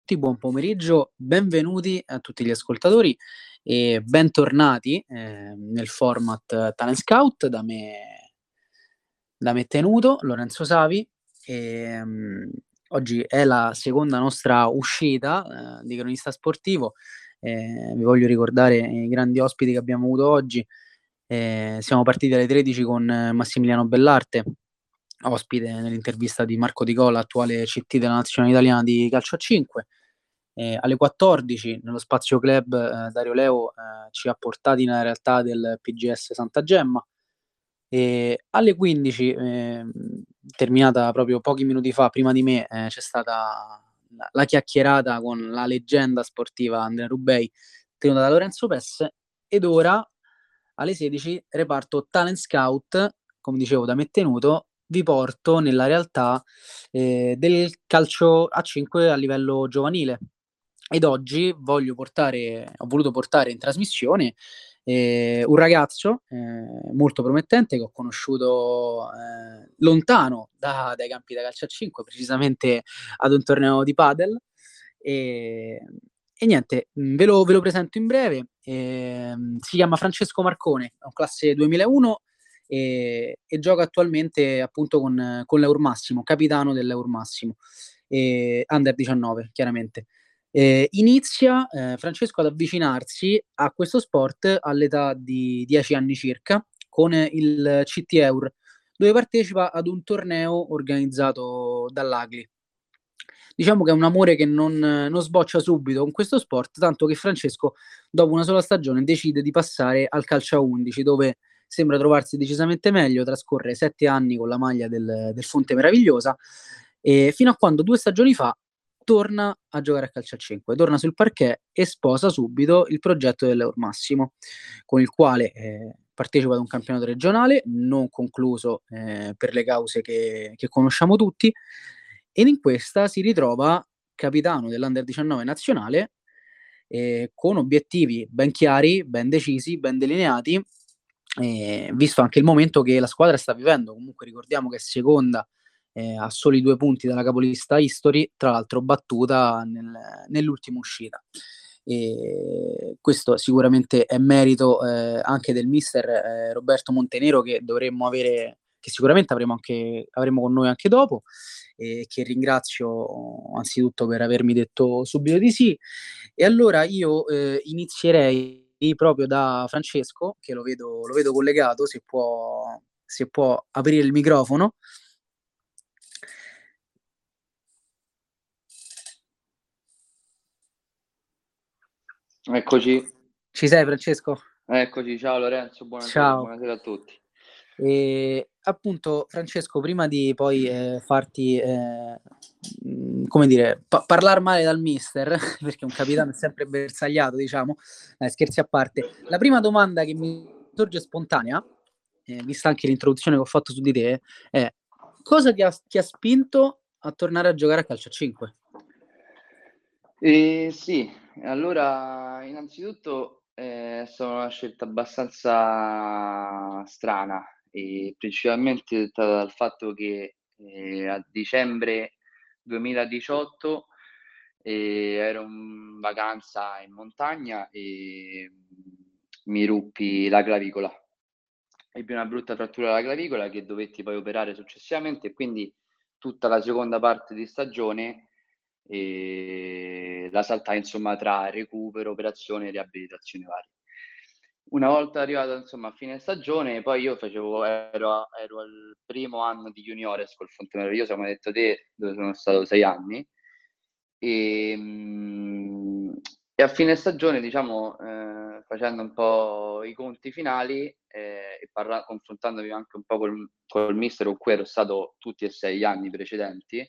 tutti, buon pomeriggio, benvenuti a tutti gli ascoltatori e bentornati nel format Talent Scout da me tenuto, Lorenzo Savi. E, oggi è la seconda nostra uscita di cronista sportivo. Vi voglio ricordare i grandi ospiti che abbiamo avuto oggi. Siamo partiti alle 13 con Massimiliano Bellarte, ospite nell'intervista di Marco Di Cola, attuale CT della nazionale italiana di calcio a 5. Alle 14 nello spazio club Dario Leo ci ha portati nella realtà del PGS Santa Gemma. Alle 15, terminata proprio pochi minuti fa, prima di me, c'è stata la chiacchierata con la leggenda sportiva Andrea Rubei, tenuta da Lorenzo Pesse, ed ora alle 16 reparto Talent Scout, come dicevo da me tenuto, vi porto nella realtà del calcio a 5 a livello giovanile. Ed oggi ho voluto portare in trasmissione un ragazzo molto promettente che ho conosciuto lontano dai campi da calcio a 5, precisamente ad un torneo di padel. E niente, ve lo presento in breve. Si chiama Francesco Marcone, è un classe 2001 e gioca attualmente appunto con l'Eur Massimo, capitano dell'Eur Massimo, under 19 chiaramente. Inizia Francesco ad avvicinarsi a questo sport all'età di 10 anni circa con il CT Eur, dove partecipa ad un torneo organizzato dall'Agli. Diciamo che è un amore che non sboccia subito con questo sport, tanto che Francesco, dopo una sola stagione, decide di passare al calcio a 11, dove sembra trovarsi decisamente meglio, trascorre 7 anni con la maglia del Fonte Meravigliosa, fino a quando 2 stagioni fa torna a giocare a calcio a 5, torna sul parquet e sposa subito il progetto dell'Eur Massimo, con il quale partecipa ad un campionato regionale non concluso per le cause che conosciamo tutti, ed in questa si ritrova capitano dell'Under 19 nazionale, con obiettivi ben chiari, ben decisi, ben delineati, visto anche il momento che la squadra sta vivendo. Comunque ricordiamo che è seconda a soli 2 punti dalla capolista History, tra l'altro battuta nell'ultima uscita. Questo sicuramente è merito anche del mister Roberto Montenero, che sicuramente avremo con noi anche dopo, che ringrazio anzitutto per avermi detto subito di sì. E allora io inizierei proprio da Francesco, che lo vedo collegato, se può aprire il microfono. Eccoci, Ci sei, Francesco? eccoci, ciao Lorenzo, buonasera, Ciao. buonasera a tutti. E appunto, Francesco, prima di poi farti, come dire, parlare male dal mister, perché un capitano è sempre bersagliato, diciamo, scherzi a parte, la prima domanda che mi sorge spontanea, vista anche l'introduzione che ho fatto su di te, è: cosa ti ha spinto a tornare a giocare a calcio a 5? Sì, allora innanzitutto è stata una scelta abbastanza strana e principalmente dettata dal fatto che a dicembre 2018 ero in vacanza in montagna e mi ruppi la clavicola. Ebbi una brutta frattura alla clavicola che dovetti poi operare successivamente e quindi tutta la seconda parte di stagione la saltai insomma tra recupero, operazione e riabilitazione varie. Una volta arrivato insomma a fine stagione, poi io ero al primo anno di juniores col Fonte Meraviglioso, come hai detto te, dove sono stato 6 anni. E a fine stagione, diciamo, facendo un po' i conti finali e confrontandomi anche un po' col mister con cui ero stato tutti e 6 gli anni precedenti,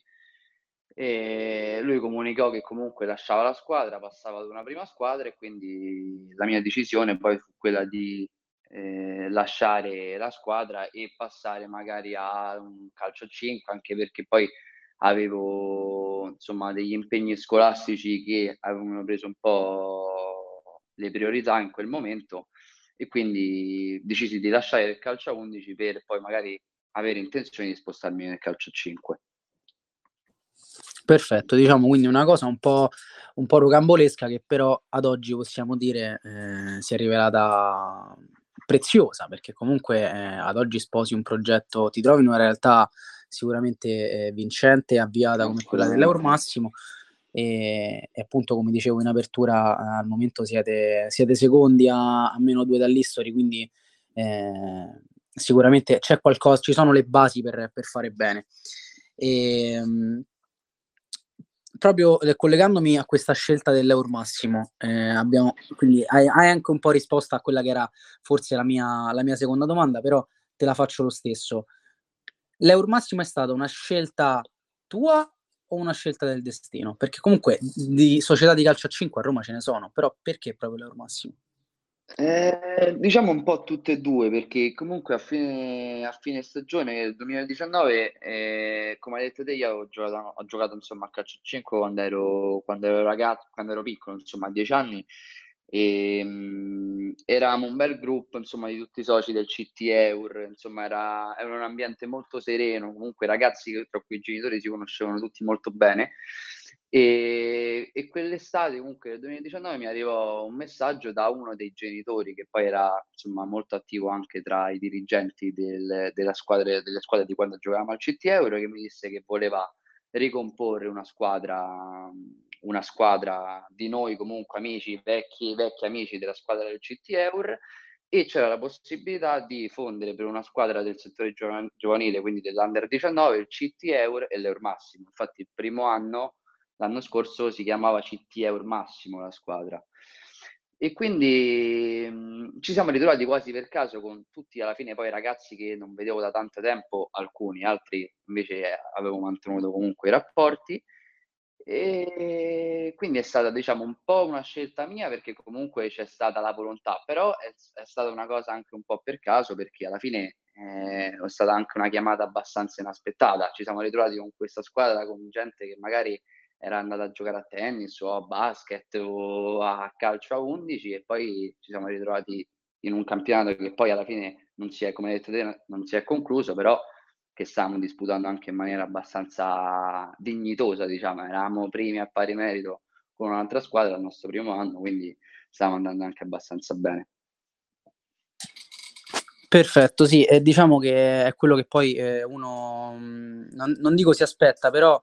e lui comunicò che comunque lasciava la squadra, passava ad una prima squadra e quindi la mia decisione poi fu quella di lasciare la squadra e passare magari a un calcio a 5, anche perché poi avevo insomma degli impegni scolastici che avevano preso un po' le priorità in quel momento e quindi decisi di lasciare il calcio a 11 per poi magari avere intenzione di spostarmi nel calcio a 5. Perfetto, diciamo quindi una cosa un po' rocambolesca che però ad oggi possiamo dire, si è rivelata preziosa, perché comunque, ad oggi sposi un progetto ti trovi in una realtà sicuramente, vincente e avviata come quella dell'Eur Assolutamente. Massimo, e appunto come dicevo in apertura, al momento siete secondi a -2 dall'History, quindi, sicuramente c'è qualcos ci sono le basi per fare bene. Ehm Proprio, collegandomi a questa scelta dell'Eur Massimo, abbiamo quindi hai anche un po' risposto a quella che era forse la mia seconda domanda, però te la faccio lo stesso. L'Eur Massimo è stata una scelta tua o una scelta del destino? Perché comunque di società di calcio a 5 a Roma ce ne sono, però perché proprio l'Eur Massimo? Diciamo un po' tutte e 2, perché comunque a fine stagione del 2019, come hai detto te, io ho giocato insomma a calcio a 5 quando ero piccolo, insomma a 10 anni, eravamo un bel gruppo insomma di tutti i soci del CT Eur, insomma era un ambiente molto sereno, comunque ragazzi che tra cui i genitori si conoscevano tutti molto bene. E quell'estate comunque del 2019 mi arrivò un messaggio da uno dei genitori che poi era insomma molto attivo anche tra i dirigenti delle squadre di quando giocavamo al CT Euro, che mi disse che voleva ricomporre una squadra di noi comunque amici, vecchi amici della squadra del CT Eur, e c'era la possibilità di fondere per una squadra del settore giovanile, quindi dell'Under 19, il CT Eur e l'Eur Massimo. Infatti il primo anno, l'anno scorso, si chiamava CT Eur Massimo la squadra. E quindi ci siamo ritrovati quasi per caso con tutti alla fine poi ragazzi che non vedevo da tanto tempo, alcuni, altri invece avevo mantenuto comunque i rapporti. E quindi è stata diciamo un po' una scelta mia perché comunque c'è stata la volontà, però è stata una cosa anche un po' per caso perché alla fine è stata anche una chiamata abbastanza inaspettata. Ci siamo ritrovati con questa squadra, con gente che magari era andata a giocare a tennis o a basket o a calcio a 11 e poi ci siamo ritrovati in un campionato che poi alla fine non si è, come hai detto te, non si è concluso, però che stavamo disputando anche in maniera abbastanza dignitosa, diciamo. Eravamo primi a pari merito con un'altra squadra al nostro primo anno, quindi stavamo andando anche abbastanza bene. Perfetto, sì, e diciamo che è quello che poi, uno, non dico si aspetta, però,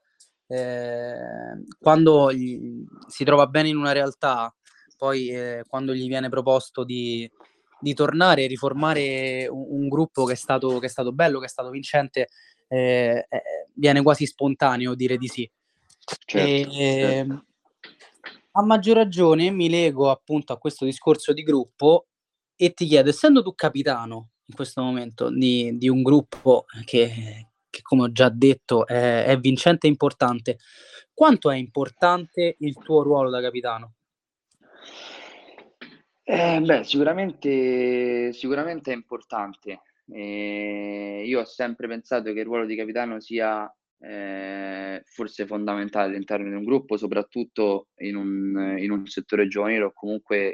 quando si trova bene in una realtà, poi, quando gli viene proposto di tornare e riformare un gruppo che è stato bello, che è stato vincente, viene quasi spontaneo dire di sì. Certo, certo. A maggior ragione mi lego appunto a questo discorso di gruppo e ti chiedo, essendo tu capitano in questo momento di un gruppo che come ho già detto è vincente e importante, quanto è importante il tuo ruolo da capitano? Beh, sicuramente è importante. Io ho sempre pensato che il ruolo di capitano sia, forse fondamentale all'interno di un gruppo, soprattutto in un settore giovanile o comunque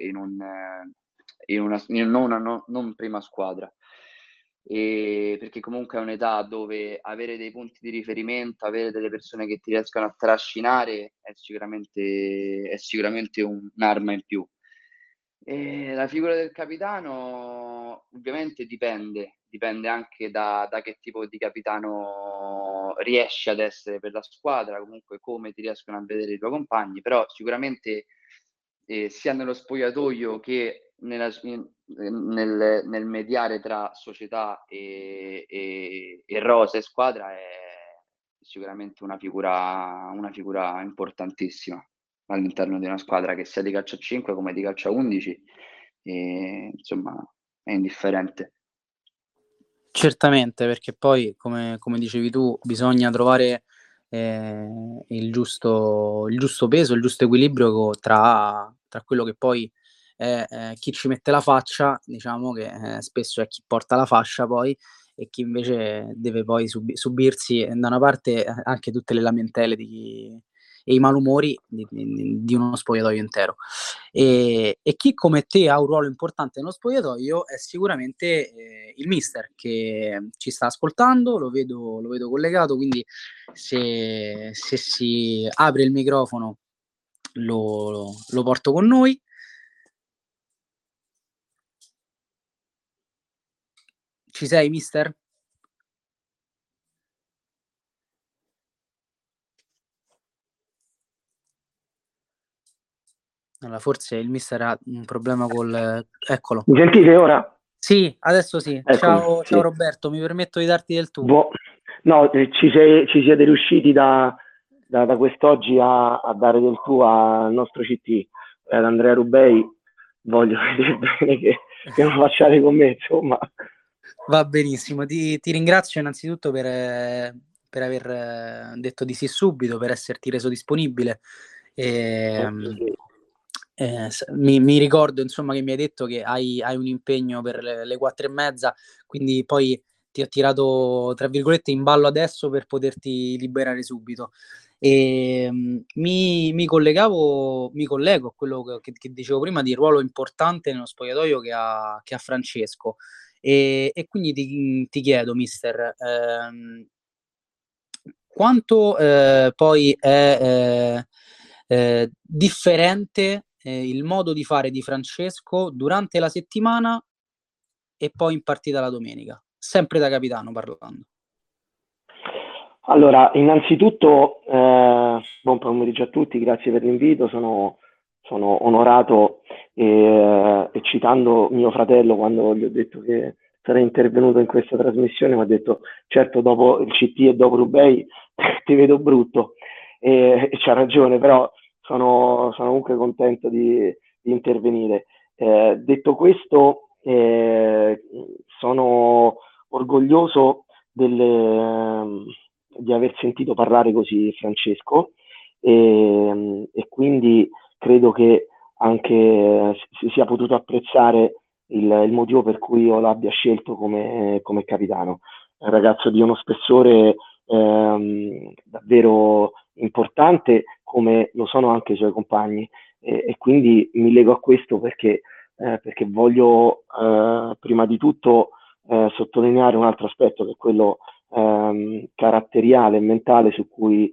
in una non prima squadra. Perché comunque è un'età dove avere dei punti di riferimento, avere delle persone che ti riescano a trascinare è sicuramente un'arma in più. La figura del capitano ovviamente dipende anche da che tipo di capitano riesci ad essere per la squadra, comunque come ti riescono a vedere i tuoi compagni, però sicuramente, sia nello spogliatoio che nel mediare tra società e rosa e squadra è sicuramente una figura importantissima all'interno di una squadra che sia di calcio a 5 come di calcio a 11, insomma è indifferente. Certamente, perché poi come dicevi tu bisogna trovare, il giusto peso, il giusto equilibrio tra quello che poi è, chi ci mette la faccia, diciamo che, spesso è chi porta la fascia poi, e chi invece deve poi subirsi, da una parte, anche tutte le lamentele i malumori di uno spogliatoio intero. E chi come te ha un ruolo importante nello spogliatoio è sicuramente il mister, che ci sta ascoltando, lo vedo collegato, quindi se si apre il microfono lo porto con noi. Ci sei, mister? Allora, forse il mister ha un problema eccolo. Mi sentite ora? Sì, adesso sì. Eccomi, Ciao, sì. Roberto, mi permetto di darti del tu. No, ci siete riusciti da quest'oggi a dare del tu al nostro CT, ad Andrea Rubei. Voglio vedere bene che non facciate con me, insomma. Va benissimo, ti ringrazio innanzitutto per aver detto di sì subito, per esserti reso disponibile. Mi ricordo insomma che mi hai detto che hai un impegno per le 4:30, quindi poi ti ho tirato tra virgolette in ballo adesso per poterti liberare subito. Mi collego a quello che dicevo prima di ruolo importante nello spogliatoio che ha Francesco. E quindi ti chiedo, mister, quanto poi è differente il modo di fare di Francesco durante la settimana e poi in partita la domenica, sempre da capitano parlando. Allora, innanzitutto, buon pomeriggio a tutti, grazie per l'invito, sono onorato e citando mio fratello quando gli ho detto che sarei intervenuto in questa trasmissione, mi ha detto certo dopo il CT e dopo Rubei ti vedo brutto e c'ha ragione, però sono comunque contento di intervenire. Detto questo, sono orgoglioso di aver sentito parlare così Francesco e quindi credo che anche si sia potuto apprezzare il motivo per cui io l'abbia scelto come capitano. È un ragazzo di uno spessore davvero importante, come lo sono anche i suoi compagni, e quindi mi lego a questo perché voglio prima di tutto sottolineare un altro aspetto, che è quello caratteriale e mentale su cui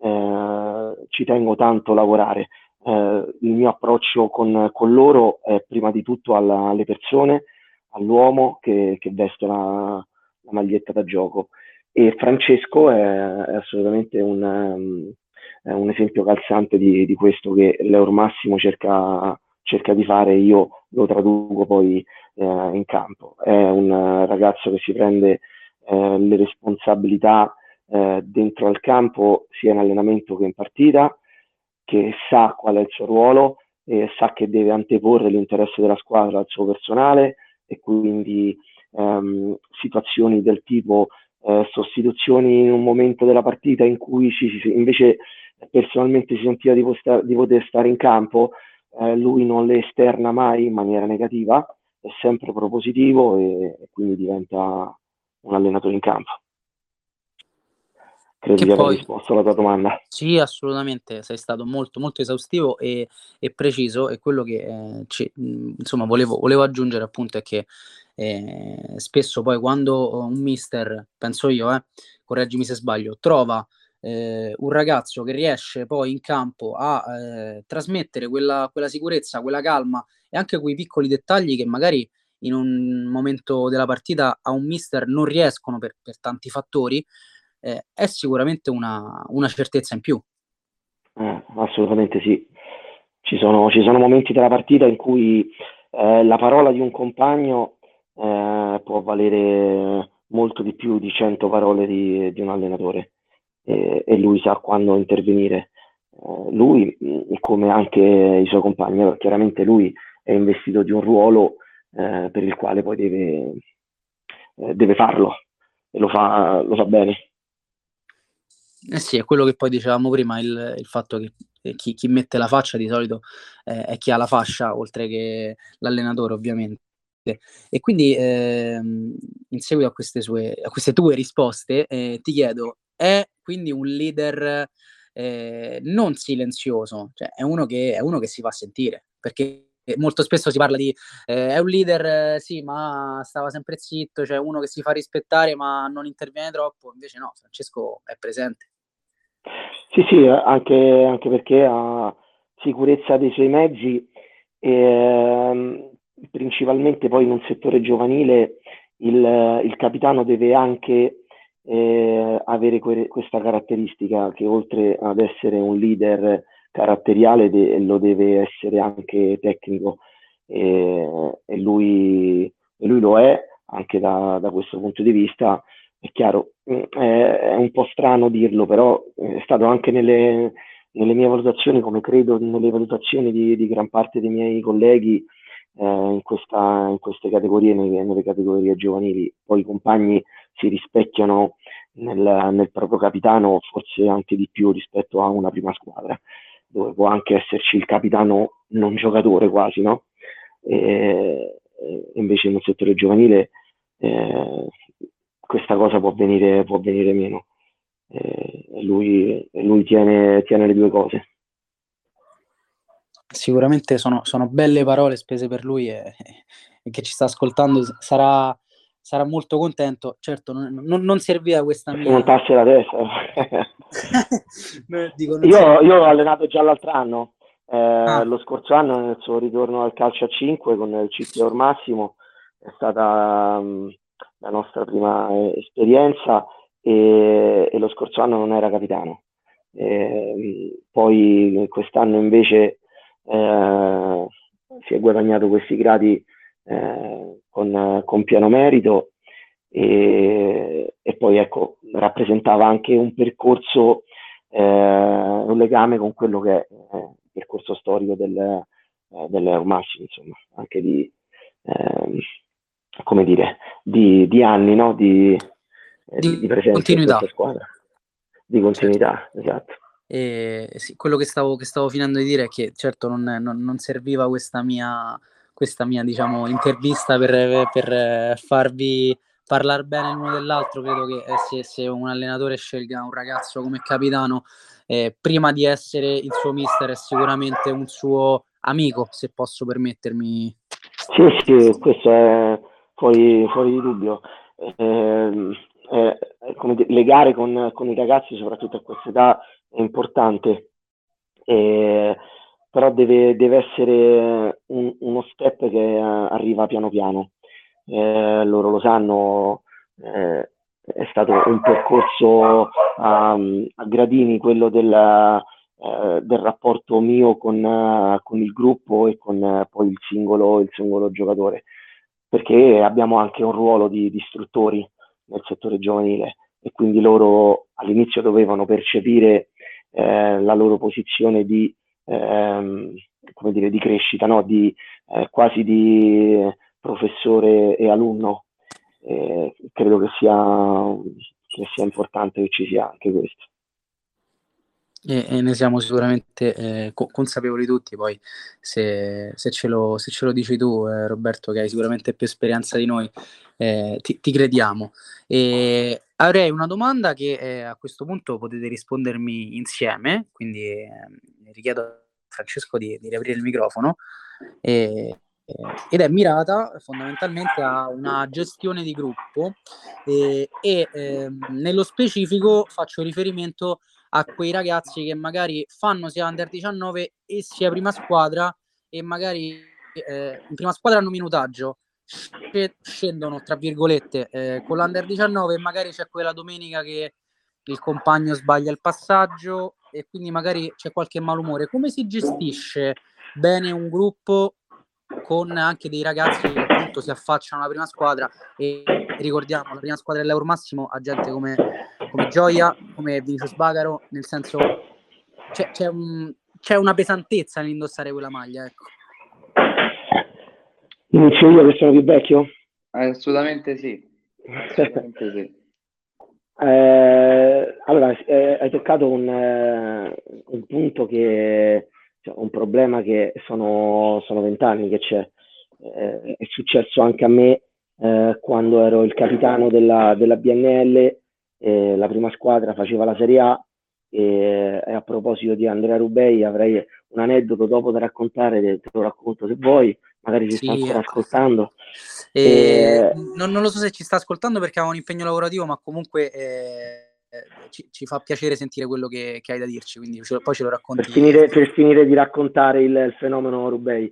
ci tengo tanto a lavorare. Il mio approccio con loro è prima di tutto alle persone, all'uomo che veste la maglietta da gioco, e Francesco è assolutamente un esempio calzante di questo che l'Eur Massimo cerca di fare. Io lo traduco poi in campo. È un ragazzo che si prende le responsabilità dentro al campo, sia in allenamento che in partita, che sa qual è il suo ruolo, sa che deve anteporre l'interesse della squadra al suo personale, e quindi situazioni del tipo sostituzioni in un momento della partita in cui invece personalmente si sentiva di poter stare in campo, lui non le esterna mai in maniera negativa, è sempre propositivo e quindi diventa un allenatore in campo. Credo di aver risposto alla tua domanda. Sì, assolutamente, sei stato molto, molto esaustivo e preciso, e quello che insomma volevo aggiungere appunto è che spesso poi quando un mister, penso io, correggimi se sbaglio, trova un ragazzo che riesce poi in campo a trasmettere quella sicurezza, quella calma e anche quei piccoli dettagli che magari in un momento della partita a un mister non riescono per tanti fattori, è sicuramente una certezza in più. Assolutamente sì. Ci sono momenti della partita in cui la parola di un compagno può valere molto di più di 100 parole di un allenatore, e lui sa quando intervenire. Lui, come anche i suoi compagni, chiaramente lui è investito di un ruolo per il quale poi deve farlo, e lo fa bene. Sì, è quello che poi dicevamo prima, il fatto che chi mette la faccia di solito è chi ha la fascia, oltre che l'allenatore ovviamente. E quindi in seguito a queste tue risposte ti chiedo, è quindi un leader non silenzioso, cioè è uno che si fa sentire, perché molto spesso si parla di è un leader, sì, ma stava sempre zitto, cioè uno che si fa rispettare ma non interviene troppo, invece no, Francesco è presente. Sì, sì, anche perché ha sicurezza dei suoi mezzi, e principalmente poi in un settore giovanile il capitano deve anche avere questa caratteristica che oltre ad essere un leader caratteriale lo deve essere anche tecnico e lui lo è anche da questo punto di vista. È chiaro, è un po' strano dirlo, però è stato anche nelle mie valutazioni, come credo nelle valutazioni di gran parte dei miei colleghi in queste categorie, nelle categorie giovanili. Poi i compagni si rispecchiano nel proprio capitano, forse anche di più rispetto a una prima squadra, dove può anche esserci il capitano non giocatore quasi, no? Invece in un settore giovanile questa cosa può venire meno. Lui tiene le due cose. Sicuramente sono belle parole spese per lui e che ci sta ascoltando sarà molto contento. Certo, non serviva questa Si mia... montasse la testa. Dico, non Io ho allenato già l'altro anno, Ah, lo scorso anno nel suo ritorno al calcio a 5 con il CT Massimo, è stata la nostra prima esperienza e lo scorso anno non era capitano. Poi quest'anno invece si è guadagnato questi gradi con pieno merito e poi ecco, rappresentava anche un percorso, un legame con quello che è il percorso storico dell'Euromassimo, insomma, anche come dire, di anni, no? Di di presenza in continuità, questa squadra, di certo. continuità, esatto. Sì, quello che stavo finendo di dire è che certo non serviva questa mia, diciamo, intervista per farvi parlare bene l'uno dell'altro. Credo che se un allenatore scelga un ragazzo come capitano, prima di essere il suo mister è sicuramente un suo amico, se posso permettermi. Sì, sì, questo è fuori di dubbio. Ehm, come legare con i ragazzi, soprattutto a questa età, è importante. Eh, Però deve essere uno step che arriva piano piano. Loro lo sanno, è stato un percorso a gradini quello del rapporto mio con il gruppo e con poi il singolo giocatore, perché abbiamo anche un ruolo di istruttori nel settore giovanile e quindi loro all'inizio dovevano percepire la loro posizione come dire, di crescita, no? Quasi di professore e alunno. Credo che sia importante che ci sia anche questo. E ne siamo sicuramente consapevoli tutti. Poi se ce lo dici tu, Roberto, che hai sicuramente più esperienza di noi, ti crediamo. E avrei una domanda che a questo punto potete rispondermi insieme, quindi richiedo a Francesco di riaprire il microfono, ed è mirata fondamentalmente a una gestione di gruppo e nello specifico faccio riferimento a quei ragazzi che magari fanno sia under 19 e sia prima squadra e magari in prima squadra hanno minutaggio, scendono tra virgolette con l'under 19 e magari c'è quella domenica che il compagno sbaglia il passaggio e quindi magari c'è qualche malumore. Come si gestisce bene un gruppo con anche dei ragazzi che appunto si affacciano alla prima squadra e ricordiamo la prima squadra dell'Euromassimo ha gente come Gioia, come Vinicius Bagaro, nel senso c'è una pesantezza nell'indossare quella maglia, ecco. Inizio io che sono più vecchio? Assolutamente sì. Assolutamente sì. Allora, hai toccato un punto cioè, un problema che sono 20 anni che c'è. È successo anche a me quando ero il capitano della BNL, la prima squadra faceva la Serie A E a proposito di Andrea Rubei, avrei un aneddoto dopo da raccontare, te lo racconto se vuoi, magari ci sta ancora ascoltando. Non lo so se ci sta ascoltando perché ha un impegno lavorativo, ma comunque ci fa piacere sentire quello che hai da dirci, quindi poi ce lo racconti. Per finire di raccontare il fenomeno Rubei.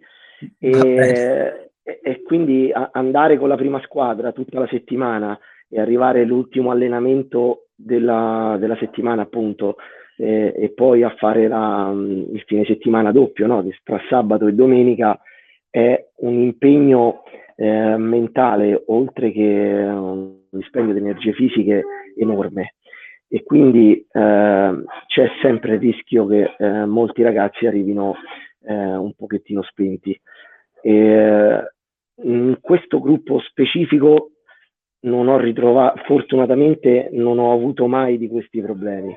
E quindi andare con la prima squadra tutta la settimana e arrivare all'ultimo allenamento della settimana, appunto, e poi a fare il fine settimana doppio, no? Tra sabato e domenica, è un impegno mentale, oltre che un dispendio di energie fisiche enorme. E quindi c'è sempre il rischio che molti ragazzi arrivino un pochettino spenti. In questo gruppo specifico non ho ritrovato, fortunatamente non ho avuto mai di questi problemi.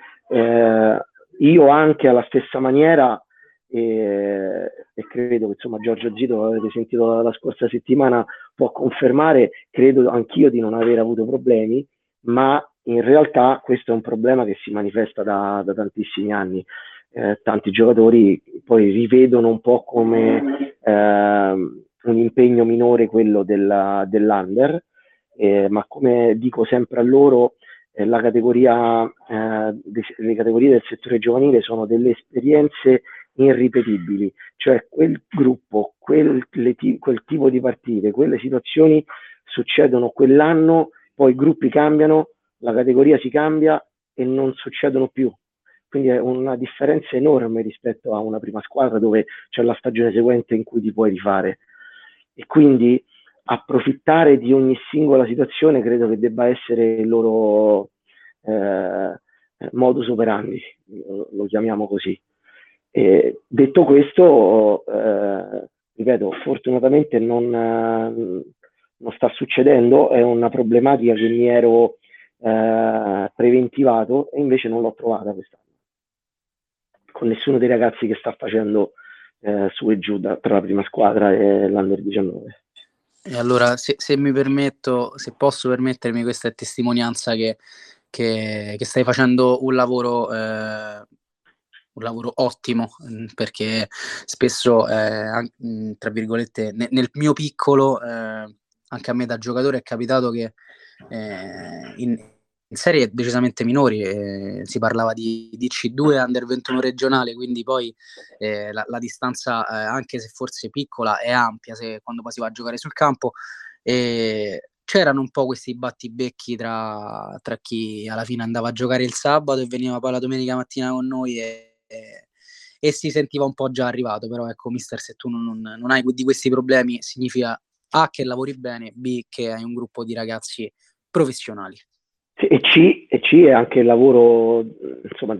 Io anche alla stessa maniera, e credo che insomma Giorgio Zito, l'avete sentito la scorsa settimana, può confermare, credo anch'io di non aver avuto problemi, ma in realtà questo è un problema che si manifesta da tantissimi anni. Tanti giocatori poi rivedono un po' come un impegno minore quello dell'under, ma come dico sempre a loro, le categorie del settore giovanile sono delle esperienze irripetibili, cioè quel gruppo, quel tipo di partite, quelle situazioni succedono quell'anno, poi i gruppi cambiano, la categoria si cambia e non succedono più. Quindi è una differenza enorme rispetto a una prima squadra dove c'è la stagione seguente in cui ti puoi rifare. E quindi approfittare di ogni singola situazione credo che debba essere il loro modus operandi, lo chiamiamo così. E detto questo, ripeto, fortunatamente non sta succedendo, è una problematica che mi ero preventivato e invece non l'ho trovata quest'anno con nessuno dei ragazzi che sta facendo su e giù tra la prima squadra e l'Under 19. E allora, se mi permetto, se posso permettermi, questa è testimonianza che stai facendo un lavoro ottimo, perché spesso, tra virgolette, nel mio piccolo, anche a me da giocatore è capitato che in serie decisamente minori si parlava di C2 Under 21 regionale, quindi poi la distanza, anche se forse piccola, è ampia quando poi si va a giocare sul campo. C'erano un po' questi battibecchi tra chi alla fine andava a giocare il sabato e veniva poi la domenica mattina con noi e si sentiva un po' già arrivato. Però ecco, mister, se tu non hai di questi problemi, significa A, che lavori bene, B, che hai un gruppo di ragazzi professionali. E C è anche il lavoro insomma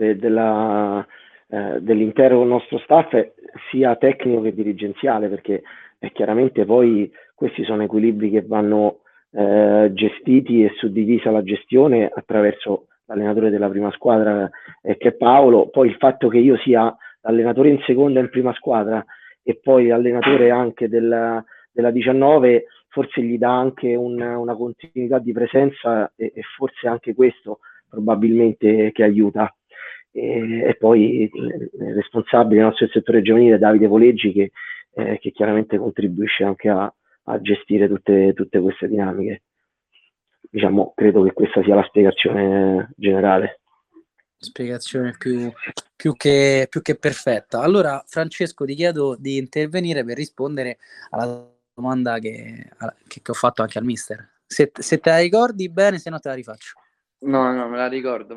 dell'intero nostro staff, sia tecnico che dirigenziale, perché chiaramente poi questi sono equilibri che vanno gestiti e suddivisa la gestione attraverso l'allenatore della prima squadra che è Paolo. Poi il fatto che io sia allenatore in seconda in prima squadra e poi allenatore anche della 19 forse gli dà anche una continuità di presenza e forse anche questo probabilmente che aiuta. E poi il responsabile del nostro settore giovanile Davide Voleggi che chiaramente contribuisce anche a gestire tutte queste dinamiche. Diciamo, credo che questa sia la spiegazione generale. Spiegazione più che perfetta. Allora, Francesco, ti chiedo di intervenire per rispondere alla domanda che ho fatto anche al mister. Se te la ricordi bene, se no te la rifaccio. No, me la ricordo.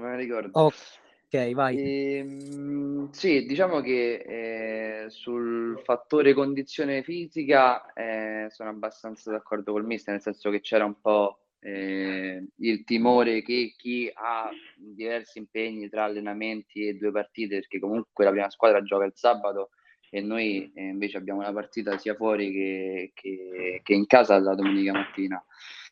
Ok, vai. Sì, diciamo che sul fattore condizione fisica sono abbastanza d'accordo col mister, nel senso che c'era un po' il timore che chi ha diversi impegni tra allenamenti e 2 partite, perché comunque la prima squadra gioca il sabato e noi invece abbiamo una partita sia fuori che in casa la domenica mattina.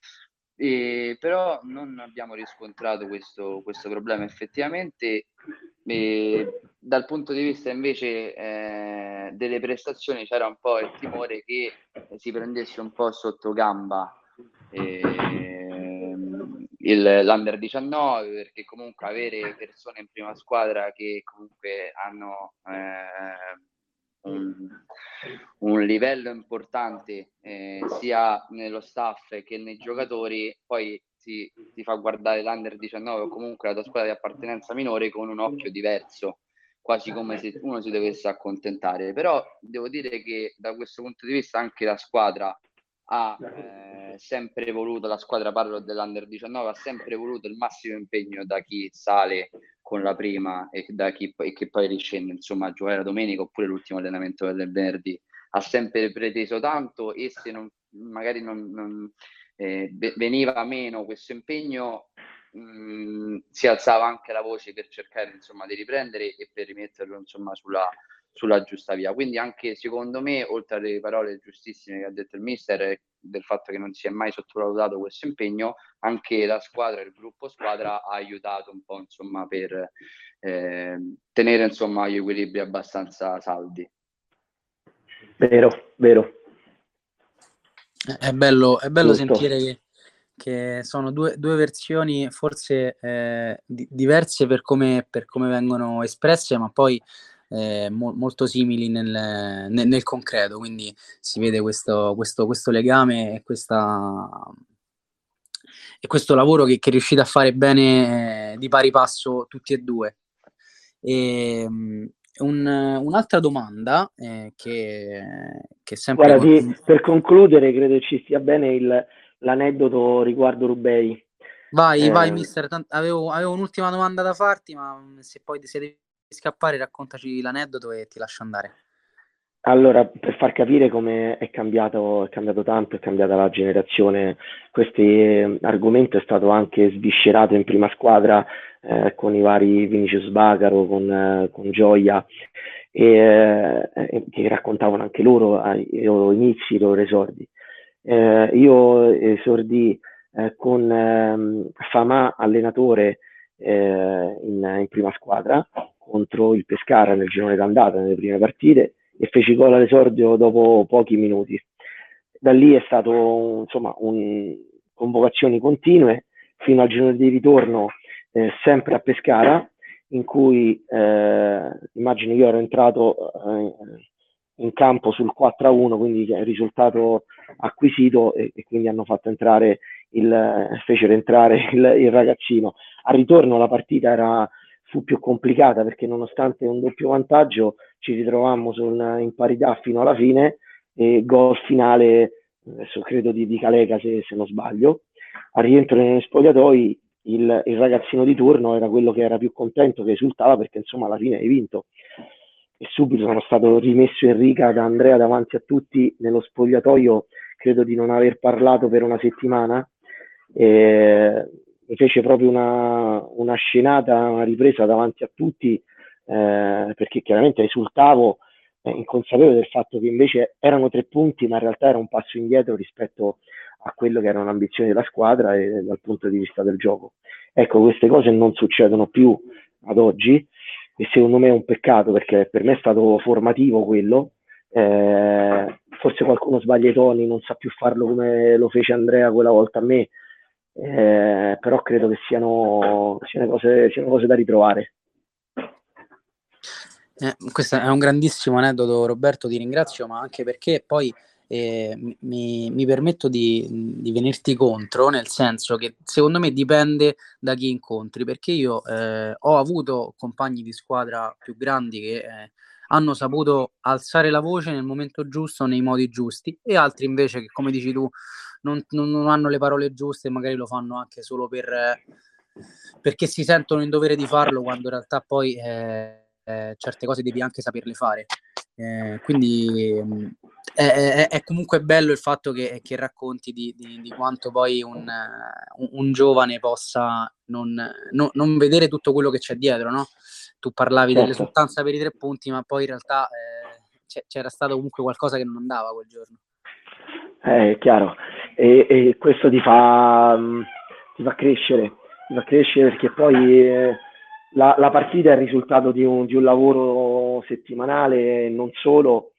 Però non abbiamo riscontrato questo problema effettivamente. Dal punto di vista invece delle prestazioni c'era un po' il timore che si prendesse un po' sotto gamba l'Under 19, perché comunque avere persone in prima squadra che comunque hanno un livello importante sia nello staff che nei giocatori, poi ti fa guardare l'Under 19 o comunque la tua squadra di appartenenza minore con un occhio diverso, quasi come se uno si dovesse accontentare. Però devo dire che da questo punto di vista anche la squadra ha sempre voluto, la squadra, parlo dell'Under 19, ha sempre voluto il massimo impegno da chi sale con la prima e da chi e che poi riscende, insomma, a giocare la domenica oppure l'ultimo allenamento del venerdì. Ha sempre preteso tanto, e se magari non veniva meno questo impegno, si alzava anche la voce per cercare, insomma, di riprendere e per rimetterlo, insomma, sulla giusta via. Quindi anche secondo me, oltre alle parole giustissime che ha detto il mister, del fatto che non si è mai sottovalutato questo impegno, anche la squadra, il gruppo squadra ha aiutato un po', insomma, per tenere, insomma, gli equilibri abbastanza saldi. Vero. È bello Giusto. sentire che sono due versioni forse diverse per come vengono espresse, ma poi molto simili nel concreto, quindi si vede questo legame e questo lavoro che riuscite a fare bene di pari passo tutti e due. Un'altra domanda che sempre Guarda, per concludere, credo ci sia bene l'aneddoto riguardo Rubei. Vai mister, avevo un'ultima domanda da farti, ma se devi scappare, raccontaci l'aneddoto e ti lascio andare. Allora, per far capire come è cambiato tanto, è cambiata la generazione, questo argomento è stato anche sviscerato in prima squadra con i vari Vinicius Bacaro, con Gioia, che raccontavano anche loro i loro inizi, i loro esordi. Io esordì con Famà allenatore in prima squadra contro il Pescara nel girone d'andata, nelle prime partite, e feci gol all'esordio dopo pochi minuti. Da lì è stato convocazioni continue fino al girone di ritorno, sempre a Pescara, in cui immagino io ero entrato in campo sul 4-1, quindi è il risultato acquisito, e quindi hanno fatto entrare fecero entrare il ragazzino. Al ritorno la partita fu più complicata, perché nonostante un doppio vantaggio ci ritrovammo in parità fino alla fine, e gol finale, adesso credo di Calega se non sbaglio. Al rientro negli spogliatoi il ragazzino di turno era quello che era più contento, che esultava perché insomma alla fine hai vinto, e subito sono stato rimesso in riga da Andrea davanti a tutti nello spogliatoio, credo di non aver parlato per una settimana. Mi fece proprio una scenata, una ripresa davanti a tutti, perché chiaramente esultavo, inconsapevole del fatto che invece erano 3 punti, ma in realtà era un passo indietro rispetto a quello che era un'ambizione della squadra e dal punto di vista del gioco. Ecco, queste cose non succedono più ad oggi, e secondo me è un peccato, perché per me è stato formativo quello. Forse qualcuno sbaglia i toni, non sa più farlo come lo fece Andrea quella volta a me, però credo che siano cose da ritrovare. Questo è un grandissimo aneddoto, Roberto, ti ringrazio, ma anche perché poi mi permetto di venirti contro, nel senso che secondo me dipende da chi incontri, perché io ho avuto compagni di squadra più grandi che hanno saputo alzare la voce nel momento giusto, nei modi giusti, e altri invece che, come dici tu, non hanno le parole giuste e magari lo fanno anche solo perché si sentono in dovere di farlo, quando in realtà poi certe cose devi anche saperle fare. Quindi è comunque bello il fatto che racconti di quanto poi un giovane possa non vedere tutto quello che c'è dietro, no? Tu parlavi dell'esultanza per i 3 punti, ma poi in realtà c'era stato comunque qualcosa che non andava quel giorno. È chiaro, e questo ti fa crescere, perché poi la partita è il risultato di un lavoro settimanale, non solo.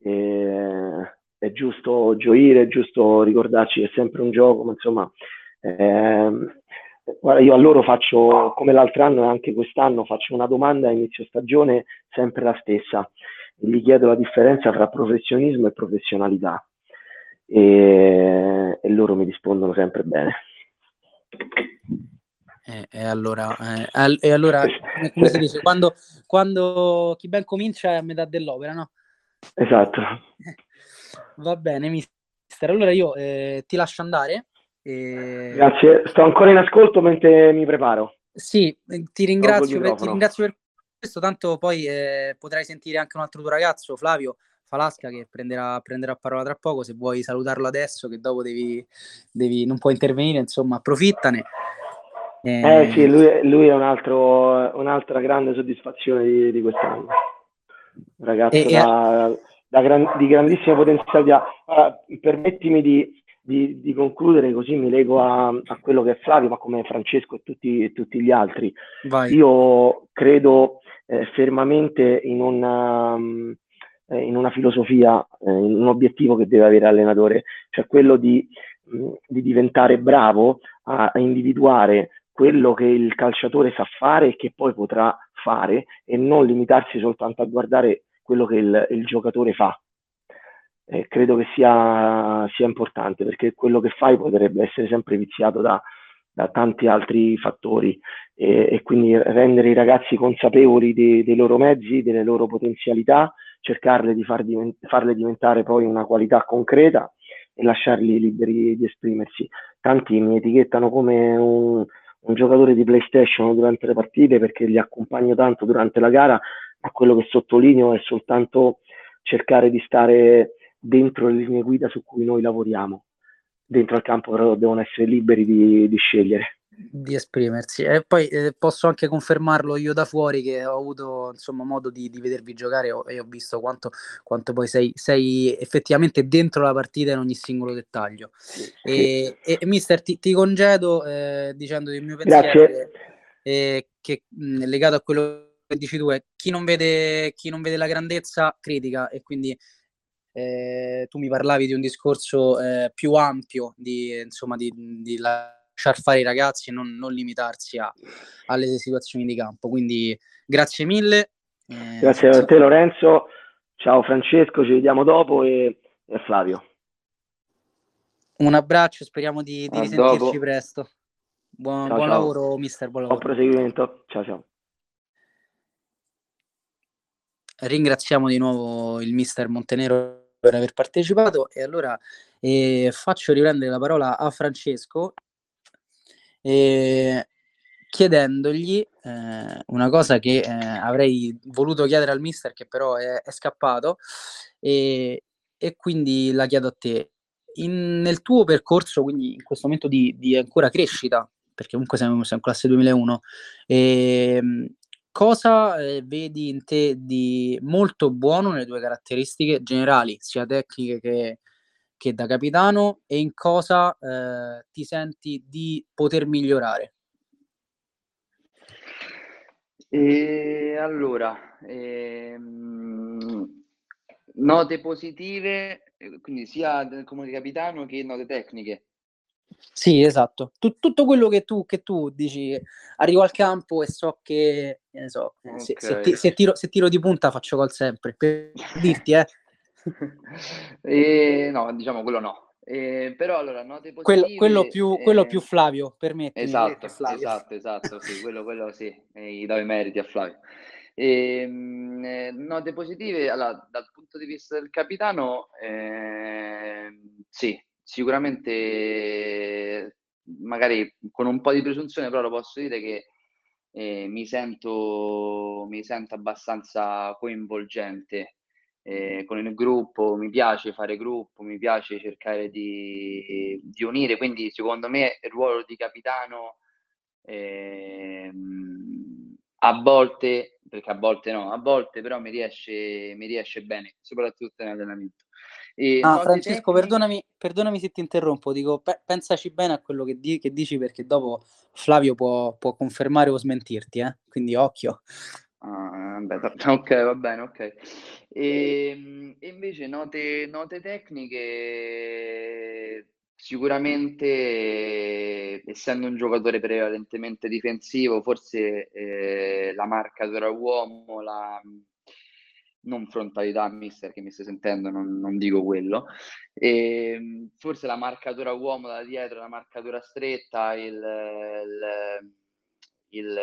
È giusto gioire, è giusto ricordarci che è sempre un gioco, ma insomma Guarda, io a loro faccio, come l'altro anno e anche quest'anno, faccio una domanda a inizio stagione sempre la stessa. Gli chiedo la differenza tra professionismo e professionalità e loro mi rispondono sempre bene. E allora, come si dice, quando chi ben comincia è a metà dell'opera, no? Esatto. Va bene, mister. Allora io ti lascio andare. Grazie, sto ancora in ascolto mentre mi preparo. Sì, ti ringrazio Tolgo il per microfono. questo, tanto poi potrai sentire anche un altro tuo ragazzo, Flavio Falasca, che prenderà parola tra poco. Se vuoi salutarlo adesso, che dopo non puoi intervenire, insomma, approfittane. Sì, lui è un'altra grande soddisfazione di quest'anno. Un ragazzo di grandissima potenzialità. Permettimi di concludere, così mi lego a quello che è Flavio, ma come Francesco e tutti gli altri. Vai. Io credo fermamente in una filosofia, in un obiettivo che deve avere l'allenatore, cioè quello di diventare bravo a individuare quello che il calciatore sa fare e che poi potrà fare, e non limitarsi soltanto a guardare quello che il giocatore fa. Credo che sia importante, perché quello che fai potrebbe essere sempre viziato da tanti altri fattori, e quindi rendere i ragazzi consapevoli dei loro mezzi, delle loro potenzialità, cercarle di farle diventare poi una qualità concreta e lasciarli liberi di esprimersi. Tanti mi etichettano come un giocatore di PlayStation durante le partite, perché li accompagno tanto durante la gara, ma quello che sottolineo è soltanto cercare di stare dentro le linee guida su cui noi lavoriamo. Dentro al campo però devono essere liberi di scegliere. Di esprimersi. E poi posso anche confermarlo io da fuori, che ho avuto insomma modo di vedervi giocare e ho visto quanto poi sei effettivamente dentro la partita in ogni singolo dettaglio. Sì. E mister, ti congedo dicendo il mio pensiero Grazie. che legato a quello che dici tu è chi non vede la grandezza critica, e quindi tu mi parlavi di un discorso più ampio di lasciar fare i ragazzi e non limitarsi alle situazioni di campo. Quindi grazie mille. Grazie a te Lorenzo, ciao Francesco, ci vediamo dopo, e Flavio. Un abbraccio, speriamo di risentirci presto. Buon lavoro mister, buon lavoro. Buon proseguimento, ciao. Ringraziamo di nuovo il mister Montenero per aver partecipato, e allora faccio riprendere la parola a Francesco chiedendogli una cosa che avrei voluto chiedere al mister, che però è scappato, e quindi la chiedo a te. Nel tuo percorso, quindi in questo momento di ancora crescita, perché comunque siamo in classe 2001, cosa vedi in te di molto buono nelle tue caratteristiche generali, sia tecniche che da capitano, e in cosa ti senti di poter migliorare? Allora, note positive, quindi sia come capitano che note tecniche. Sì, esatto. Tutto quello che tu dici, arrivo al campo e so che, ne so, Okay. se tiro di punta faccio gol sempre, per dirti, No, diciamo quello no. Però allora note positive, quello più Flavio, permettimi, quello più esatto, Flavio. esatto, sì, quello sì, gli do i meriti a Flavio. Note positive, allora, dal punto di vista del capitano, sì, sicuramente, magari con un po' di presunzione, però lo posso dire che mi sento abbastanza coinvolgente con il gruppo, mi piace fare gruppo, mi piace cercare di unire, quindi secondo me il ruolo di capitano a volte, perché a volte no, a volte però mi riesce bene, soprattutto in allenamento. Note Francesco, tecniche. perdonami se ti interrompo, dico, pensaci bene a quello che dici, perché dopo Flavio può confermare o smentirti, quindi occhio. Vabbè, okay, va bene, okay. E invece note tecniche, sicuramente, essendo un giocatore prevalentemente difensivo, forse la marcatura uomo, non frontalità, mister, che mi stai sentendo, non dico quello. Forse la marcatura uomo da dietro, la marcatura stretta, il,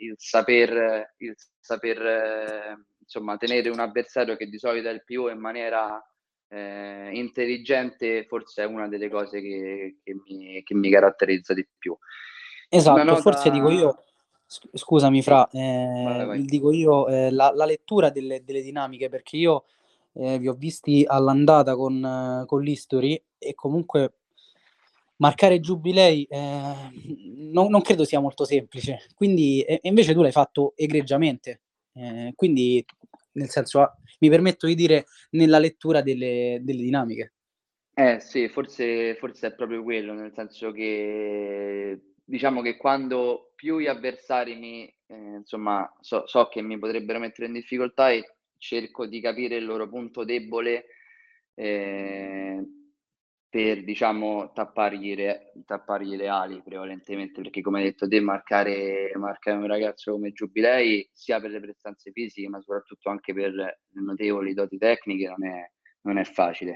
il saper insomma, tenere un avversario che di solito è il PO in maniera intelligente, forse è una delle cose che mi caratterizza di più. Una Esatto, forse dico nota... io, scusami Sì, Fra, vai. dico io la lettura delle dinamiche, perché io vi ho visti all'andata con l'History e comunque marcare Giubilei non credo sia molto semplice, quindi e invece tu l'hai fatto egregiamente, quindi nel senso mi permetto di dire nella lettura delle dinamiche. Sì, forse è proprio quello, nel senso che diciamo che quando più gli avversari insomma, so che mi potrebbero mettere in difficoltà e cerco di capire il loro punto debole eh, per, diciamo, tappargli le ali prevalentemente, perché come hai detto te, marcare un ragazzo come Giubilei, sia per le prestanze fisiche, ma soprattutto anche per le notevoli doti tecniche, non è facile.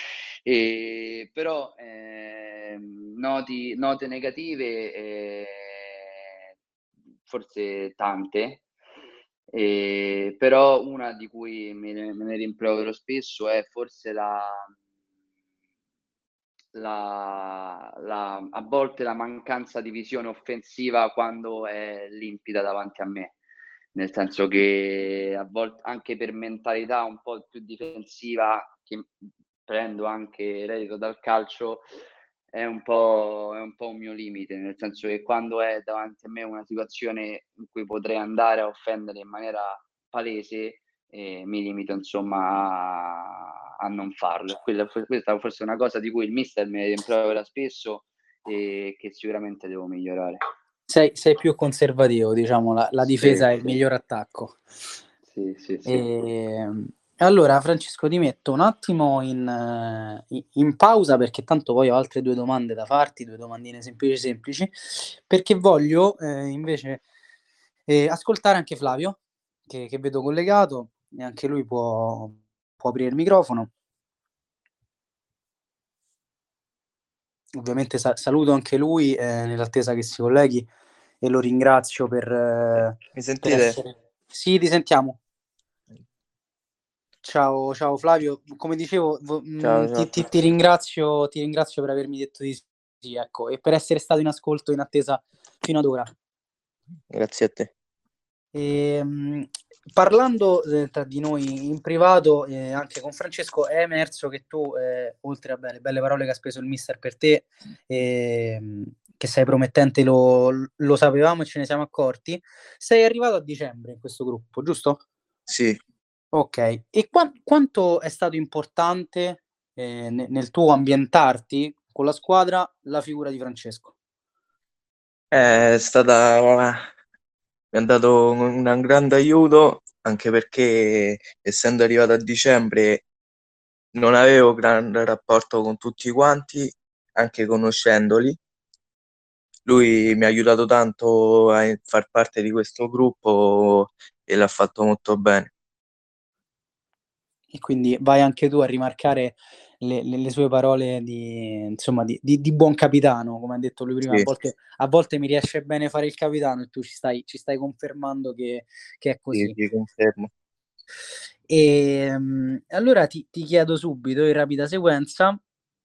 Però note negative, forse tante, però una di cui me ne rimprovero spesso è forse a volte la mancanza di visione offensiva quando è limpida davanti a me, nel senso che a volte anche per mentalità un po' più difensiva, che prendo anche reddito dal calcio, è un po' un mio limite, nel senso che quando è davanti a me una situazione in cui potrei andare a offendere in maniera palese, mi limito insomma a non farlo. Questa forse è una cosa di cui il mister mi rimprovera spesso e che sicuramente devo migliorare. Sei più conservativo, diciamo, la difesa è il Sì. miglior attacco. Sì. Allora, Francesco, ti metto un attimo in pausa perché tanto poi ho altre due domande da farti, due domandine semplici, perché voglio invece ascoltare anche Flavio, che vedo collegato, e anche lui può aprire il microfono. Ovviamente saluto anche lui nell'attesa che si colleghi e lo ringrazio Mi per sentite? essere... Sì, ti sentiamo. Ciao Flavio, come dicevo, Ciao. ti ringrazio per avermi detto di sì, ecco, e per essere stato in ascolto in attesa fino ad ora. Grazie a te. Parlando tra di noi in privato, anche con Francesco, è emerso che tu, oltre a le belle parole che ha speso il mister per te, che sei promettente, lo sapevamo e ce ne siamo accorti, sei arrivato a dicembre in questo gruppo, giusto? Sì, Ok, e quanto è stato importante nel tuo ambientarti con la squadra la figura di Francesco? è stata, mi ha dato un grande aiuto, anche perché essendo arrivato a dicembre non avevo grande rapporto con tutti quanti, anche conoscendoli. Lui mi ha aiutato tanto a far parte di questo gruppo e l'ha fatto molto bene. E quindi vai anche tu a rimarcare le sue parole insomma, di buon capitano, come ha detto lui prima, Sì, a volte mi riesce bene fare il capitano e tu ci stai confermando che è così. sì, confermo. Allora ti chiedo subito in rapida sequenza,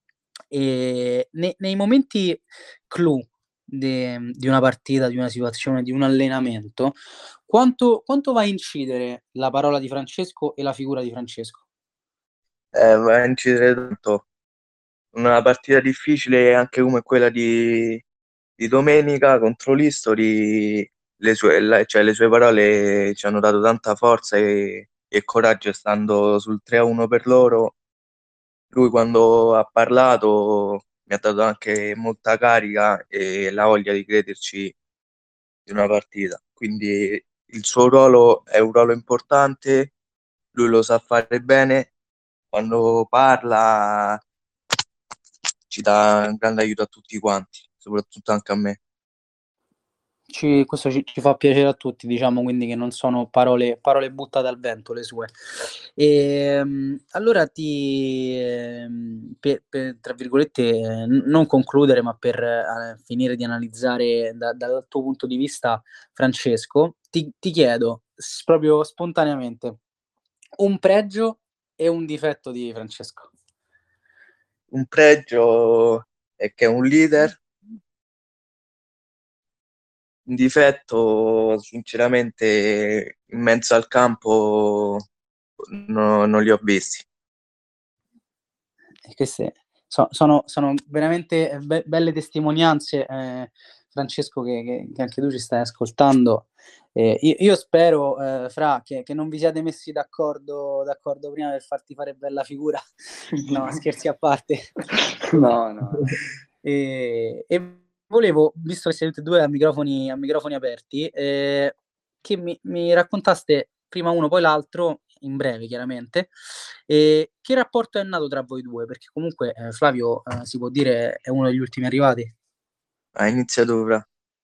nei momenti clou di una partita, di una situazione, di un allenamento, quanto va a incidere la parola di Francesco e la figura di Francesco? Va a incidere tanto. Una partita difficile anche come quella di domenica contro l'History, cioè le sue parole ci hanno dato tanta forza e coraggio stando sul 3-1 per loro. Lui quando ha parlato mi ha dato anche molta carica e la voglia di crederci di una partita. Quindi il suo ruolo è un ruolo importante, lui lo sa fare bene, quando parla ci dà un grande aiuto a tutti quanti, soprattutto anche a me. Questo ci fa piacere a tutti, diciamo, quindi che non sono parole buttate al vento le sue. Allora per, tra virgolette, non concludere, ma per finire di analizzare dal tuo punto di vista, Francesco, ti chiedo proprio spontaneamente un pregio e un difetto di Francesco. Un pregio è che è un leader. Un difetto, sinceramente, in mezzo al campo non li ho visti. E queste sono veramente belle testimonianze, Francesco, che anche tu ci stai ascoltando. Io spero, Fra, che non vi siate messi d'accordo prima per farti fare bella figura. No, scherzi a parte. No. E volevo, visto che siete tutti e due a microfoni aperti, che mi raccontaste prima uno poi l'altro, in breve chiaramente, che rapporto è nato tra voi due? Perché comunque Flavio, si può dire, è uno degli ultimi arrivati. Ha iniziato ora.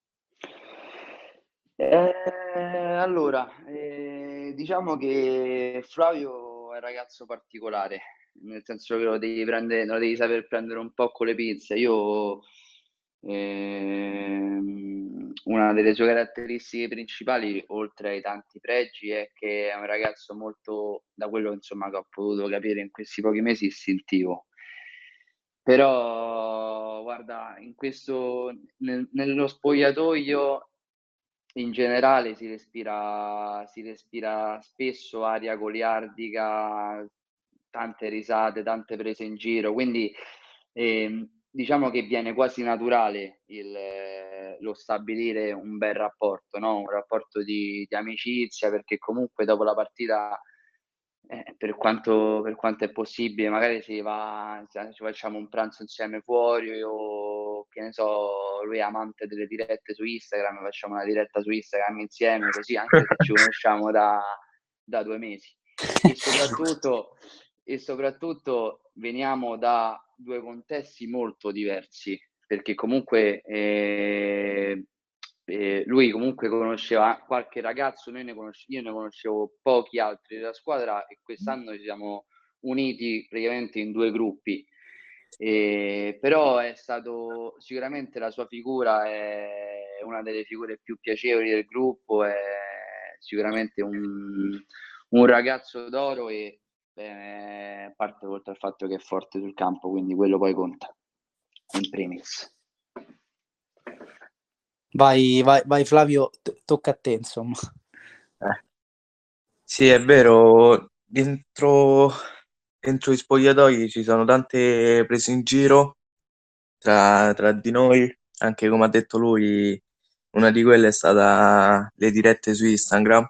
Allora, diciamo che Flavio è un ragazzo particolare, nel senso che lo devi saper prendere un po' con le pinze. Una delle sue caratteristiche principali, oltre ai tanti pregi, è che è un ragazzo molto, da quello insomma che ho potuto capire in questi pochi mesi, istintivo. Però, guarda, nello spogliatoio in generale si respira spesso aria goliardica, tante risate, tante prese in giro, quindi diciamo che viene quasi naturale lo stabilire un bel rapporto, no? Un rapporto di amicizia, perché comunque dopo la partita, per quanto è possibile, magari ci facciamo un pranzo insieme fuori, o che ne so, lui è amante delle dirette su Instagram, facciamo una diretta su Instagram insieme, così, anche se ci conosciamo da 2 mesi. E soprattutto veniamo da 2 contesti molto diversi, perché comunque lui comunque conosceva qualche ragazzo, io ne conoscevo pochi altri della squadra, e quest'anno ci siamo uniti praticamente in 2 gruppi. Però è stato sicuramente, la sua figura è una delle figure più piacevoli del gruppo, è sicuramente un ragazzo d'oro, e a parte, oltre al fatto che è forte sul campo, quindi quello poi conta in primis. Vai Flavio, tocca a te, insomma. Sì, è vero, dentro i spogliatoi ci sono tante prese in giro tra di noi, anche come ha detto lui, una di quelle è stata le dirette su Instagram.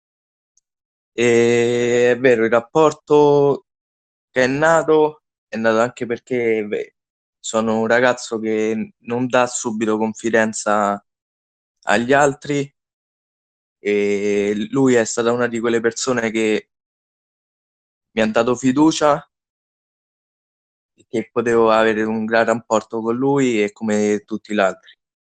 E è vero, il rapporto che è nato anche perché sono un ragazzo che non dà subito confidenza agli altri, e lui è stata una di quelle persone che mi ha dato fiducia, che potevo avere un gran rapporto con lui e come tutti gli altri.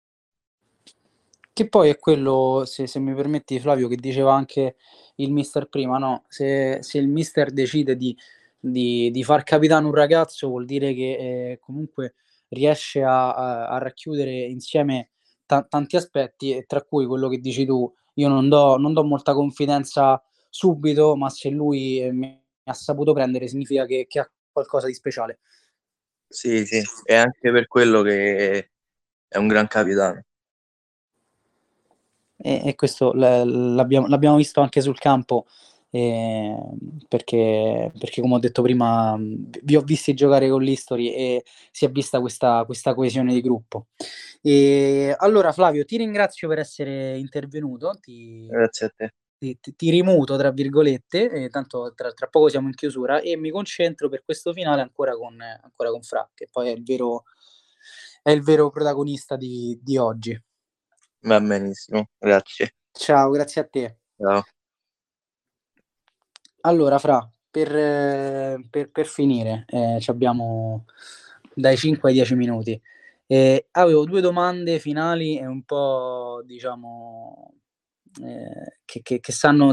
Che poi è quello, se mi permetti Flavio, che diceva anche il mister prima, no? Se il mister decide di far capitano un ragazzo, vuol dire che comunque riesce a racchiudere insieme tanti aspetti, e tra cui quello che dici tu. Io non do molta confidenza subito, ma se lui mi ha saputo prendere, significa che ha qualcosa di speciale. Sì, è anche per quello che è un gran capitano. E questo l'abbiamo visto anche sul campo, perché come ho detto prima, vi ho visti giocare con l'History e si è vista questa coesione di gruppo. E allora Flavio, ti ringrazio per essere intervenuto, Grazie a te. ti rimuto tra virgolette, tanto tra poco siamo in chiusura, e mi concentro per questo finale ancora con Fra, che poi è il vero protagonista di oggi. Va benissimo, grazie. Ciao, grazie a te. Ciao. Allora, Fra, per finire, abbiamo dai 5 ai 10 minuti. Avevo 2 domande finali e un po', diciamo, che sanno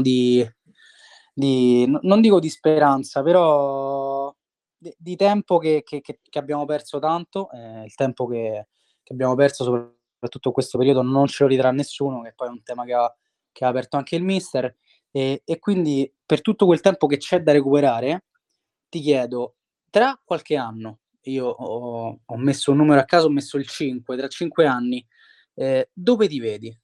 non dico di speranza, però di tempo che abbiamo perso tanto, il tempo che abbiamo perso soprattutto in questo periodo non ce lo ridarà nessuno, che poi è un tema che ha aperto anche il mister, e quindi per tutto quel tempo che c'è da recuperare, ti chiedo, tra qualche anno, io ho messo un numero a caso, ho messo il 5, tra 5 anni, dove ti vedi?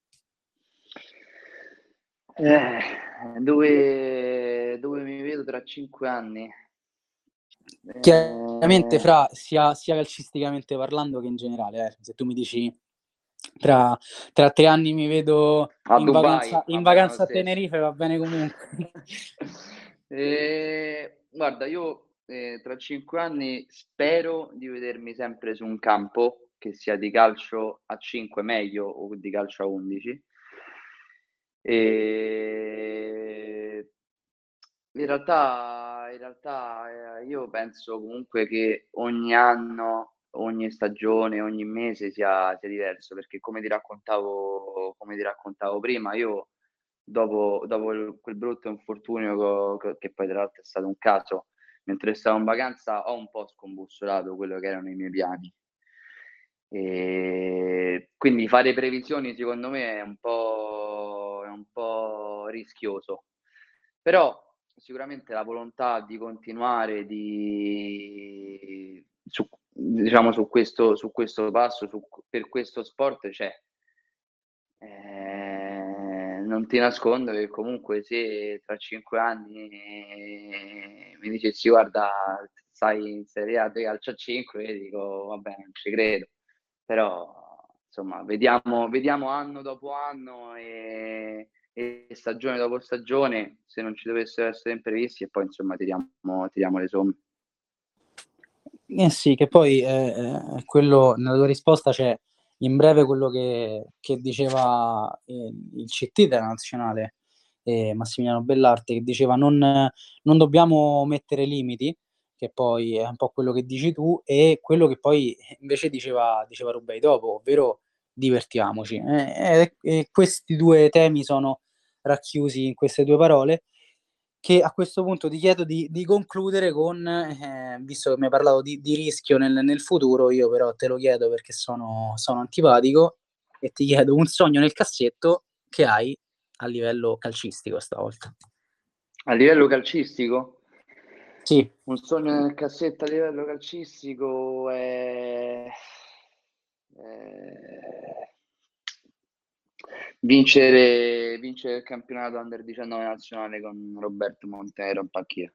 Dove mi vedo tra 5 anni? Chiaramente sia calcisticamente parlando che in generale, se tu mi dici tra 3 anni mi vedo a in Dubai, vacanza a stesso. Tenerife, va bene comunque. Guarda, io tra 5 anni spero di vedermi sempre su un campo, che sia di calcio a 5 meglio o di calcio a 11. In realtà io penso comunque che ogni anno, ogni stagione, ogni mese sia diverso, perché come ti raccontavo prima, io dopo quel brutto infortunio che poi tra l'altro è stato un caso, mentre stavo in vacanza ho un po' scombussolato quello che erano i miei piani. Quindi fare previsioni secondo me è un po' rischioso, però sicuramente la volontà di continuare diciamo su questo passo, per questo sport c'è. Non ti nascondo che comunque se tra 5 anni mi dicessi guarda stai in Serie A di calcio a 5, io dico vabbè non ci credo, però insomma vediamo anno dopo anno e stagione dopo stagione, se non ci dovessero essere imprevisti, e poi insomma tiriamo le somme. Sì, che poi quello nella tua risposta c'è in breve quello che diceva il CT della nazionale, Massimiliano Bellarte, che diceva non dobbiamo mettere limiti, che poi è un po' quello che dici tu, e quello che poi invece diceva Rubbei dopo, ovvero divertiamoci. E questi due temi sono racchiusi in queste due parole, che a questo punto ti chiedo di concludere con, visto che mi hai parlato di rischio nel futuro, io però te lo chiedo perché sono antipatico, e ti chiedo un sogno nel cassetto che hai a livello calcistico stavolta. A livello calcistico? Sì. Un sogno nel cassetto a livello calcistico è vincere il campionato Under 19 nazionale con Roberto Montero in panchina.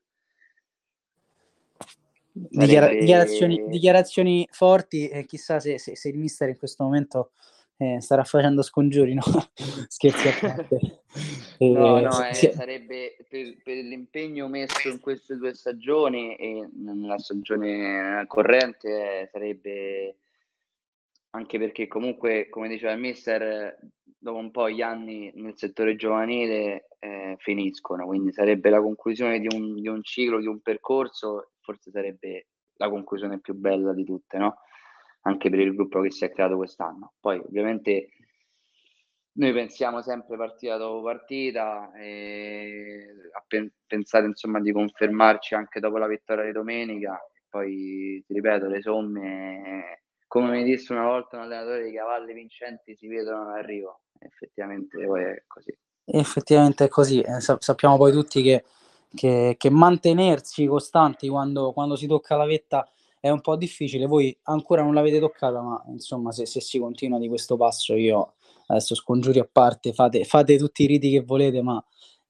Dichiarazioni forti, e chissà se il mister in questo momento starà facendo scongiuri, no? Scherzi a parte. Sarebbe per l'impegno messo in queste 2 stagioni e nella stagione corrente, sarebbe, anche perché comunque, come diceva il mister, dopo un po' gli anni nel settore giovanile finiscono, quindi sarebbe la conclusione di un ciclo, di un percorso, forse sarebbe la conclusione più bella di tutte, no? Anche per il gruppo che si è creato quest'anno. Poi ovviamente noi pensiamo sempre partita dopo partita, a pensare insomma di confermarci anche dopo la vittoria di domenica. Poi ti ripeto, le somme, come mi disse una volta un allenatore, di cavalli vincenti si vedono all'arrivo. Effettivamente poi è così. Effettivamente è così. Sappiamo poi tutti che mantenersi costanti quando si tocca la vetta è un po' difficile. Voi ancora non l'avete toccata, ma insomma se si continua di questo passo, io adesso, scongiuri a parte, fate tutti i riti che volete, ma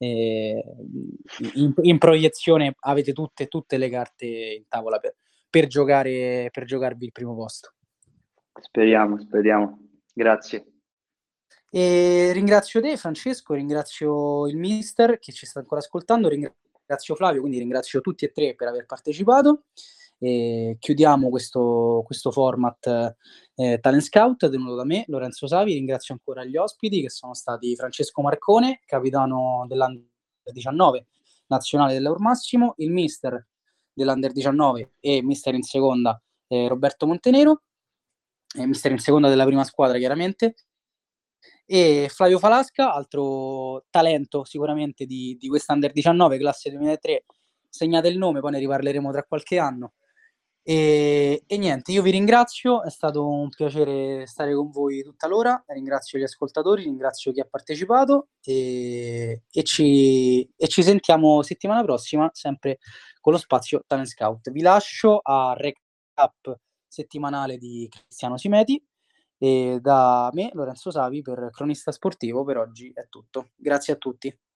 in proiezione avete tutte le carte in tavola per giocarvi il primo posto. Speriamo. Grazie. E ringrazio te, Francesco, ringrazio il mister che ci sta ancora ascoltando, ringrazio Flavio, quindi ringrazio tutti e tre per aver partecipato. E chiudiamo questo format Talent Scout tenuto da me, Lorenzo Savi. Ringrazio ancora gli ospiti, che sono stati Francesco Marcone, capitano dell'Under 19 nazionale dell'Eur Massimo, il mister dell'Under 19 e mister in seconda Roberto Montenero, mister in seconda della prima squadra chiaramente, e Flavio Falasca, altro talento sicuramente di questa Under 19, classe 2003, segnate il nome, poi ne riparleremo tra qualche anno. E niente, io vi ringrazio, è stato un piacere stare con voi tutta l'ora, ringrazio gli ascoltatori, ringrazio chi ha partecipato e ci sentiamo settimana prossima, sempre con lo spazio Talent Scout. Vi lascio a recap settimanale di Cristiano Simeti e da me, Lorenzo Savi, per Cronista Sportivo per oggi è tutto. Grazie a tutti.